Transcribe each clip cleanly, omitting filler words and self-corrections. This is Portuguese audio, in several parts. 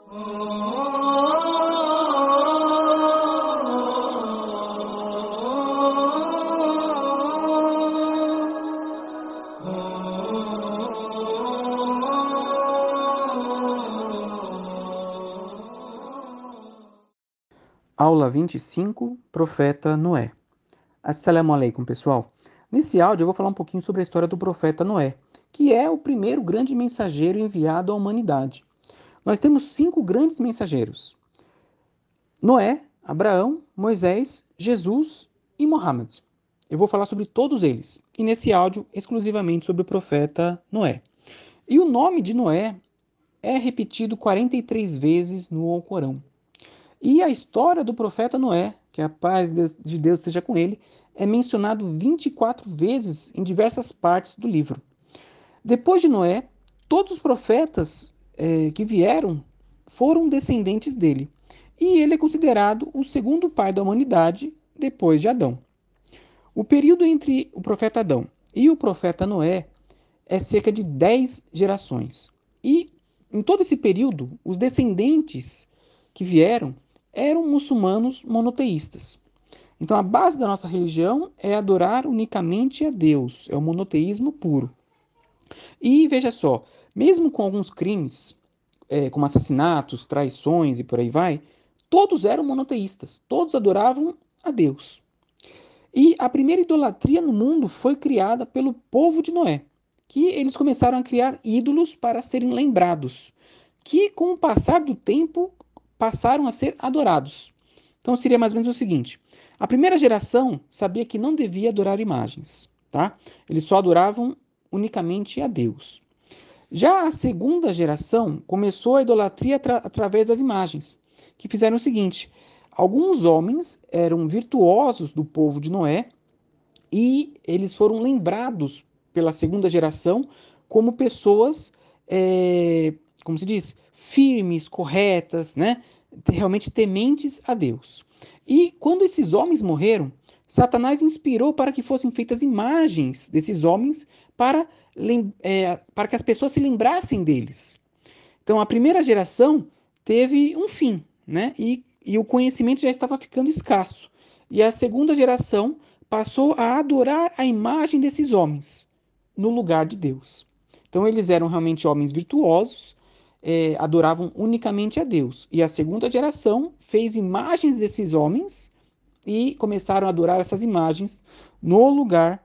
Aula 25, Profeta Noé. Assalamu alaikum, pessoal. Nesse áudio eu vou falar um pouquinho sobre a história do profeta Noé, que é o primeiro grande mensageiro enviado à humanidade. Nós temos 5 grandes mensageiros: Noé, Abraão, Moisés, Jesus e Muhammad. Eu vou falar sobre todos eles, e nesse áudio exclusivamente sobre o profeta Noé. E o nome de Noé é repetido 43 vezes no Alcorão. E a história do profeta Noé, que a paz de Deus esteja com ele, é mencionado 24 vezes em diversas partes do livro. Depois de Noé, todos os profetas que vieram foram descendentes dele. E ele é considerado o segundo pai da humanidade depois de Adão. O período entre o profeta Adão e o profeta Noé é cerca de 10 gerações. E em todo esse período, os descendentes que vieram eram muçulmanos monoteístas. Então a base da nossa religião é adorar unicamente a Deus, é o monoteísmo puro. E veja só, mesmo com alguns crimes, como assassinatos, traições e por aí vai, todos eram monoteístas, todos adoravam a Deus. E a primeira idolatria no mundo foi criada pelo povo de Noé, que eles começaram a criar ídolos para serem lembrados, que com o passar do tempo passaram a ser adorados. Então seria mais ou menos o seguinte: a primeira geração sabia que não devia adorar imagens, tá? Eles só adoravam unicamente a Deus. Já a segunda geração começou a idolatria através das imagens, que fizeram o seguinte: alguns homens eram virtuosos do povo de Noé e eles foram lembrados pela segunda geração como pessoas, como se diz, firmes, corretas, né? Realmente tementes a Deus. E quando esses homens morreram, Satanás inspirou para que fossem feitas imagens desses homens para, para que as pessoas se lembrassem deles. Então a primeira geração teve um fim, né? E o conhecimento já estava ficando escasso. E a segunda geração passou a adorar a imagem desses homens no lugar de Deus. Então eles eram realmente homens virtuosos, adoravam unicamente a Deus. E a segunda geração fez imagens desses homens e começaram a adorar essas imagens no lugar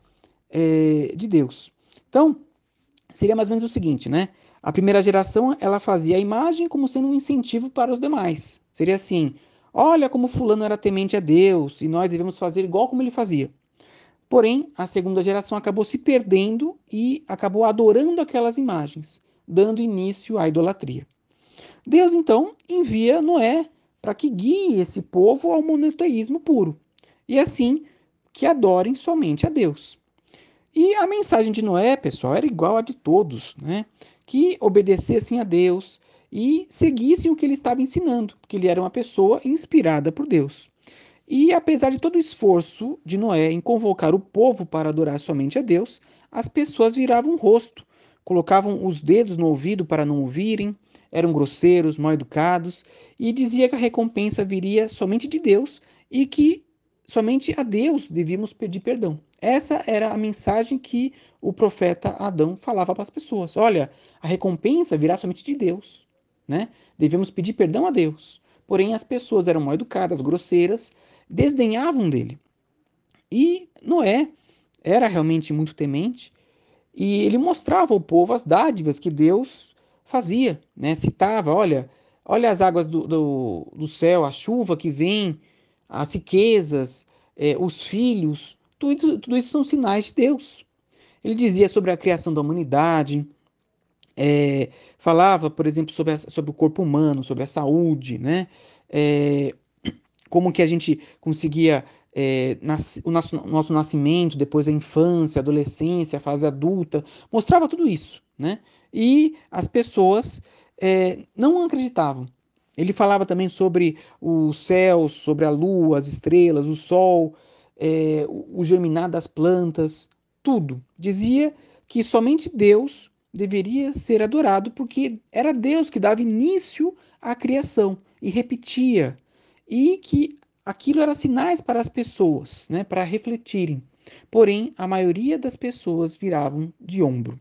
de Deus. Então, seria mais ou menos o seguinte, né? A primeira geração, ela fazia a imagem como sendo um incentivo para os demais. Seria assim: olha como fulano era temente a Deus e nós devemos fazer igual como ele fazia. Porém, a segunda geração acabou se perdendo e acabou adorando aquelas imagens, dando início à idolatria. Deus então envia Noé para que guie esse povo ao monoteísmo puro, e assim que adorem somente a Deus. E a mensagem de Noé, pessoal, era igual a de todos, né? Que obedecessem a Deus e seguissem o que ele estava ensinando, porque ele era uma pessoa inspirada por Deus. E apesar de todo o esforço de Noé em convocar o povo para adorar somente a Deus, as pessoas viravam o rosto, colocavam os dedos no ouvido para não ouvirem, eram grosseiros, mal educados, e dizia que a recompensa viria somente de Deus e que somente a Deus devíamos pedir perdão. Essa era a mensagem que o profeta Adão falava para as pessoas. Olha, a recompensa virá somente de Deus, né? Devemos pedir perdão a Deus. Porém, as pessoas eram mal educadas, grosseiras, desdenhavam dele. E Noé era realmente muito temente e ele mostrava ao povo as dádivas que Deus fazia, né? Citava, olha as águas do céu, a chuva que vem, as riquezas, os filhos, tudo isso são sinais de Deus. Ele dizia sobre a criação da humanidade, falava, por exemplo, sobre o corpo humano, sobre a saúde, né? É, como que a gente conseguia o nosso nascimento, depois a infância, a adolescência, a fase adulta, mostrava tudo isso, né? E as pessoas não acreditavam. Ele falava também sobre os céus, sobre a lua, as estrelas, o sol, o germinar das plantas, tudo. Dizia que somente Deus deveria ser adorado, porque era Deus que dava início a criação e repetia, e que aquilo era sinais para as pessoas, né, para refletirem. Porém, a maioria das pessoas viravam de ombro.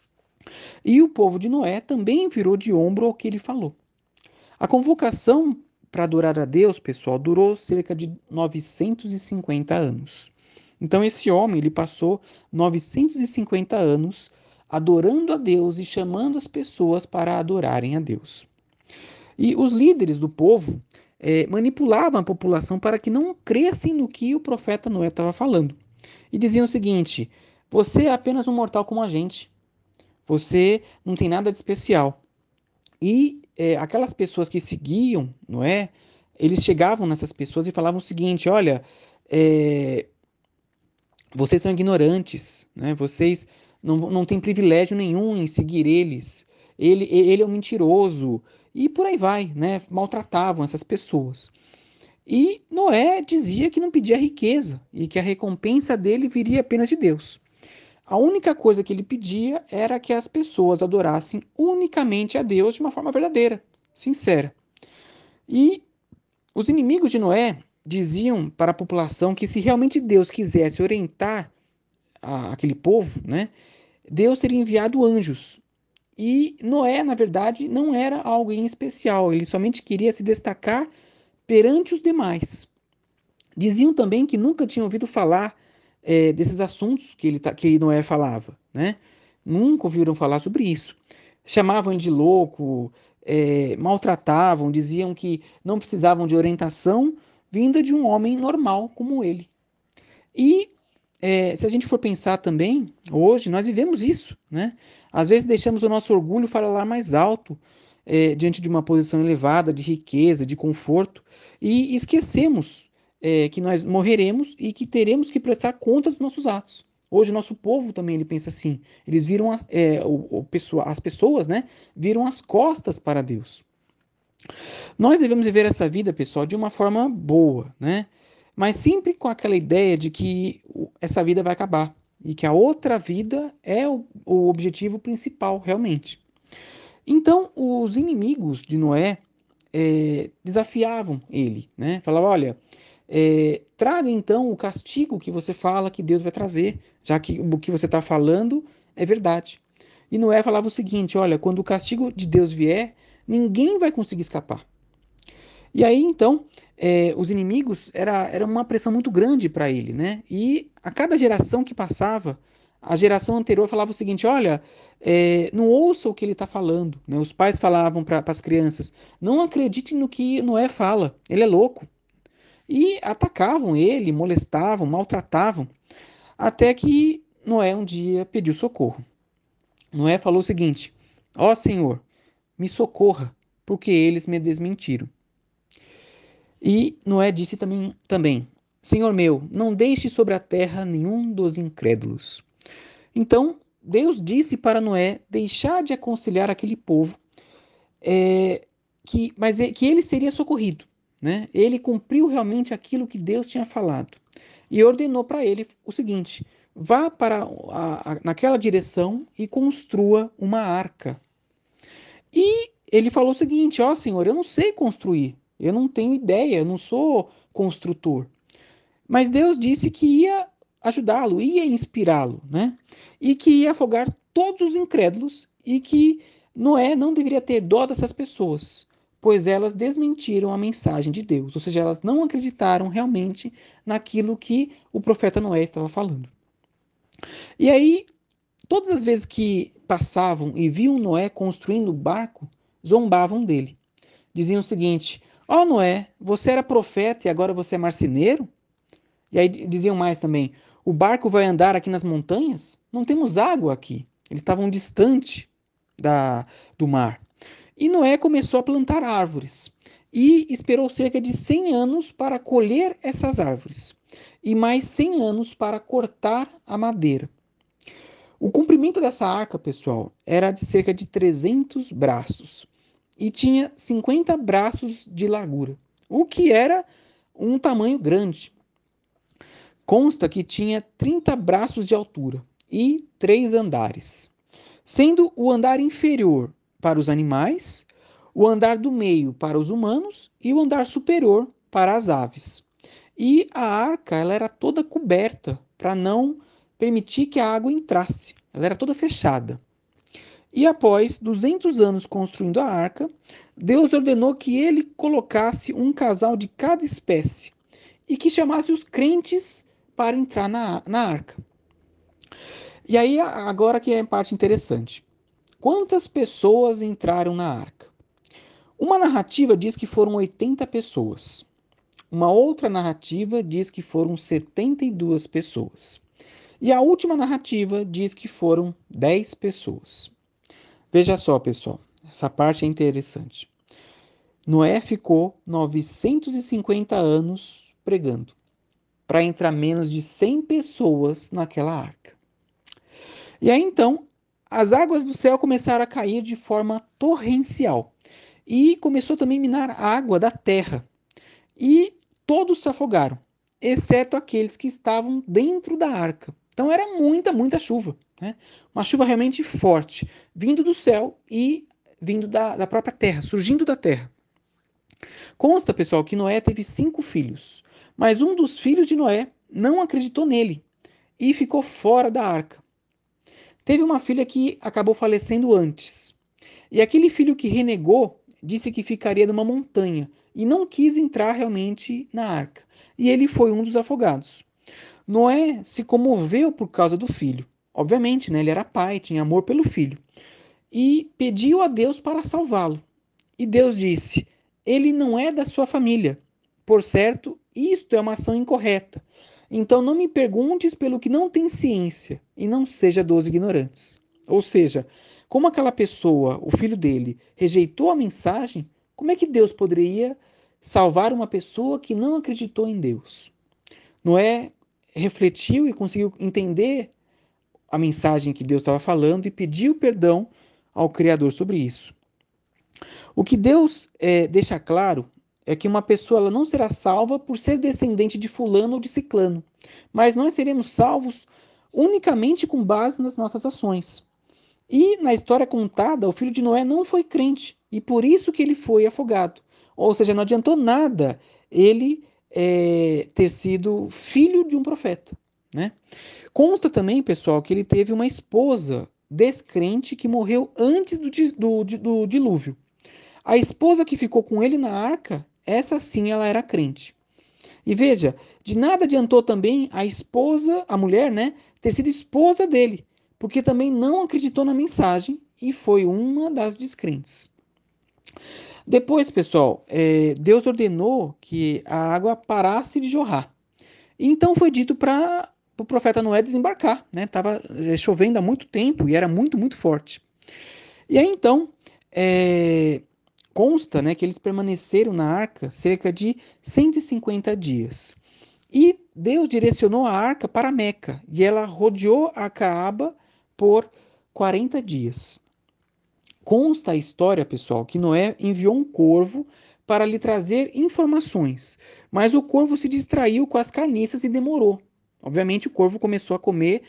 E o povo de Noé também virou de ombro ao que ele falou. A convocação para adorar a Deus, pessoal, durou cerca de 950 anos. Então esse homem, ele passou 950 anos adorando a Deus e chamando as pessoas para adorarem a Deus. E os líderes do povo manipulavam a população para que não crescem no que o profeta Noé estava falando. E diziam o seguinte: você é apenas um mortal como a gente. Você não tem nada de especial. E aquelas pessoas que seguiam Noé, eles chegavam nessas pessoas e falavam o seguinte: olha, é, vocês são ignorantes, né? Vocês não têm privilégio nenhum em seguir eles. Ele é um mentiroso. E por aí vai, né? Maltratavam essas pessoas. E Noé dizia que não pedia riqueza e que a recompensa dele viria apenas de Deus. A única coisa que ele pedia era que as pessoas adorassem unicamente a Deus de uma forma verdadeira, sincera. E os inimigos de Noé diziam para a população que se realmente Deus quisesse orientar aquele povo, né, Deus teria enviado anjos. E Noé, na verdade, não era alguém especial, ele somente queria se destacar perante os demais. Diziam também que nunca tinham ouvido falar desses assuntos que Noé falava, né? Nunca ouviram falar sobre isso. Chamavam ele de louco, maltratavam, diziam que não precisavam de orientação vinda de um homem normal como ele. E se a gente for pensar também, hoje nós vivemos isso, né? Às vezes deixamos o nosso orgulho falar mais alto diante de uma posição elevada, de riqueza, de conforto, e esquecemos que nós morreremos e que teremos que prestar conta dos nossos atos. Hoje o nosso povo também ele pensa assim. Eles viram as pessoas, né? Viram as costas para Deus. Nós devemos viver essa vida, pessoal, de uma forma boa, né? Mas sempre com aquela ideia de que essa vida vai acabar e que a outra vida é o objetivo principal, realmente. Então, os inimigos de Noé desafiavam ele, né? Falavam, olha, traga então o castigo que você fala que Deus vai trazer, já que o que você está falando é verdade. E Noé falava o seguinte, olha, quando o castigo de Deus vier, ninguém vai conseguir escapar. E aí, então, os inimigos era uma pressão muito grande para ele, né? E a cada geração que passava, a geração anterior falava o seguinte: olha, não ouça o que ele está falando, né? Os pais falavam para as crianças: não acreditem no que Noé fala, ele é louco. E atacavam ele, molestavam, maltratavam, até que Noé um dia pediu socorro. Noé falou o seguinte: ó Senhor, me socorra, porque eles me desmentiram. E Noé disse também: Senhor meu, não deixe sobre a terra nenhum dos incrédulos. Então, Deus disse para Noé deixar de aconselhar aquele povo, que ele seria socorrido. Né? Ele cumpriu realmente aquilo que Deus tinha falado. E ordenou para ele o seguinte: vá para naquela direção e construa uma arca. E ele falou o seguinte: ó Senhor, eu não sei construir, eu não tenho ideia, eu não sou construtor. Mas Deus disse que ia ajudá-lo, ia inspirá-lo, né? E que ia afogar todos os incrédulos e que Noé não deveria ter dó dessas pessoas, pois elas desmentiram a mensagem de Deus, ou seja, elas não acreditaram realmente naquilo que o profeta Noé estava falando. E aí, todas as vezes que passavam e viam Noé construindo o barco, zombavam dele. Diziam o seguinte: ó Noé, você era profeta e agora você é marceneiro? E aí diziam mais também: o barco vai andar aqui nas montanhas? Não temos água aqui. Eles estavam distante do mar. E Noé começou a plantar árvores e esperou cerca de 100 anos para colher essas árvores e mais 100 anos para cortar a madeira. O comprimento dessa arca, pessoal, era de cerca de 300 braços e tinha 50 braços de largura, o que era um tamanho grande. Consta que tinha 30 braços de altura e 3 andares, sendo o andar inferior para os animais, o andar do meio para os humanos e o andar superior para as aves. E a arca ela era toda coberta para não permitir que a água entrasse. Ela era toda fechada. E após 200 anos construindo a arca, Deus ordenou que ele colocasse um casal de cada espécie e que chamasse os crentes para entrar na arca. E aí, agora que é a parte interessante. Quantas pessoas entraram na arca? Uma narrativa diz que foram 80 pessoas. Uma outra narrativa diz que foram 72 pessoas. E a última narrativa diz que foram 10 pessoas. Veja só, pessoal, essa parte é interessante. Noé ficou 950 anos pregando para entrar menos de 100 pessoas naquela arca. E aí então, as águas do céu começaram a cair de forma torrencial e começou também a minar a água da terra. E todos se afogaram, exceto aqueles que estavam dentro da arca. Então era muita, muita chuva, né? Uma chuva realmente forte, vindo do céu e vindo da própria terra, surgindo da terra. Consta, pessoal, que Noé teve 5 filhos, mas um dos filhos de Noé não acreditou nele e ficou fora da arca. Teve uma filha que acabou falecendo antes. E aquele filho que renegou disse que ficaria numa montanha e não quis entrar realmente na arca. E ele foi um dos afogados. Noé se comoveu por causa do filho. Obviamente, né, ele era pai, tinha amor pelo filho. E pediu a Deus para salvá-lo. E Deus disse: ele não é da sua família. Por certo, isto é uma ação incorreta. Então não me perguntes pelo que não tem ciência, e não seja dos ignorantes. Ou seja, como aquela pessoa, o filho dele, rejeitou a mensagem, como é que Deus poderia salvar uma pessoa que não acreditou em Deus? Noé refletiu e conseguiu entender a mensagem que Deus estava falando e pediu perdão ao Criador sobre isso. O que Deus deixa claro é que uma pessoa ela não será salva por ser descendente de fulano ou de ciclano, mas nós seremos salvos unicamente com base nas nossas ações. E na história contada, o filho de Noé não foi crente, e por isso que ele foi afogado. Ou seja, não adiantou nada ele ter sido filho de um profeta, né? Consta também, pessoal, que ele teve uma esposa descrente que morreu antes do dilúvio. A esposa que ficou com ele na arca, essa sim ela era crente. E veja, de nada adiantou também a esposa, a mulher, né, ter sido esposa dele, porque também não acreditou na mensagem e foi uma das descrentes. Depois, pessoal, Deus ordenou que a água parasse de jorrar. Então foi dito para o profeta Noé desembarcar, né? Tava chovendo há muito tempo e era muito, muito forte. E aí então, é, consta, né, que eles permaneceram na arca cerca de 150 dias. E Deus direcionou a arca para Meca, e ela rodeou a Caaba por 40 dias. Consta a história, pessoal, que Noé enviou um corvo para lhe trazer informações, mas o corvo se distraiu com as carniças e demorou. Obviamente, o corvo começou a comer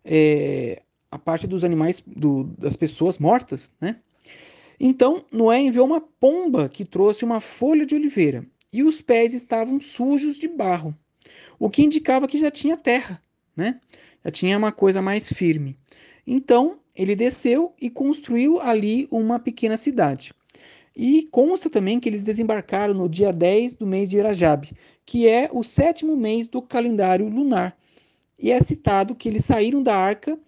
a parte dos animais, das pessoas mortas, né? Então Noé enviou uma pomba que trouxe uma folha de oliveira, e os pés estavam sujos de barro, o que indicava que já tinha terra, né? Já tinha uma coisa mais firme. Então ele desceu e construiu ali uma pequena cidade. E consta também que eles desembarcaram no dia 10 do mês de Irajab, que é o 7º mês do calendário lunar. E é citado que eles saíram da arca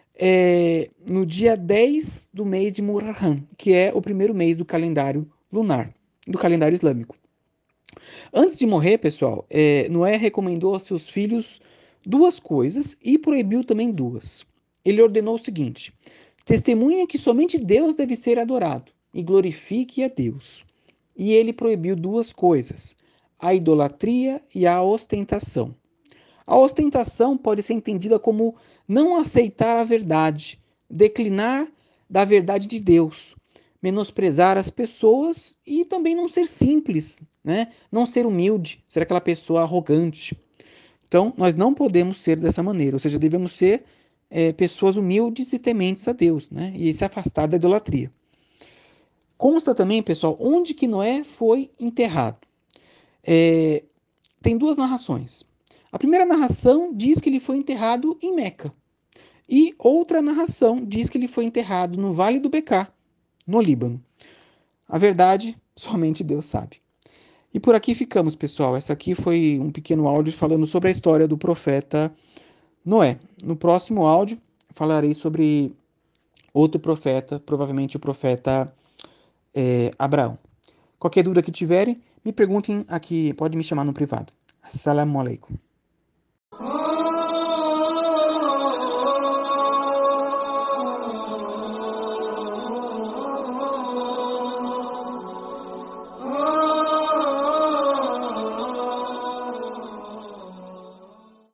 no dia 10 do mês de Muharram, que é o primeiro mês do calendário lunar, do calendário islâmico. Antes de morrer, pessoal, Noé recomendou aos seus filhos duas coisas e proibiu também duas. Ele ordenou o seguinte: testemunha que somente Deus deve ser adorado e glorifique a Deus. E ele proibiu duas coisas: a idolatria e a ostentação. A ostentação pode ser entendida como não aceitar a verdade, declinar da verdade de Deus, menosprezar as pessoas e também não ser simples, né? Não ser humilde, ser aquela pessoa arrogante. Então, nós não podemos ser dessa maneira, ou seja, devemos ser pessoas humildes e tementes a Deus, né? E se afastar da idolatria. Consta também, pessoal, onde que Noé foi enterrado. É, tem duas narrações. A primeira narração diz que ele foi enterrado em Meca. E outra narração diz que ele foi enterrado no Vale do Beká, no Líbano. A verdade, somente Deus sabe. E por aqui ficamos, pessoal. Essa aqui foi um pequeno áudio falando sobre a história do profeta Noé. No próximo áudio, falarei sobre outro profeta, provavelmente o profeta Abraão. Qualquer dúvida que tiverem, me perguntem aqui, pode me chamar no privado. Assalamu alaikum.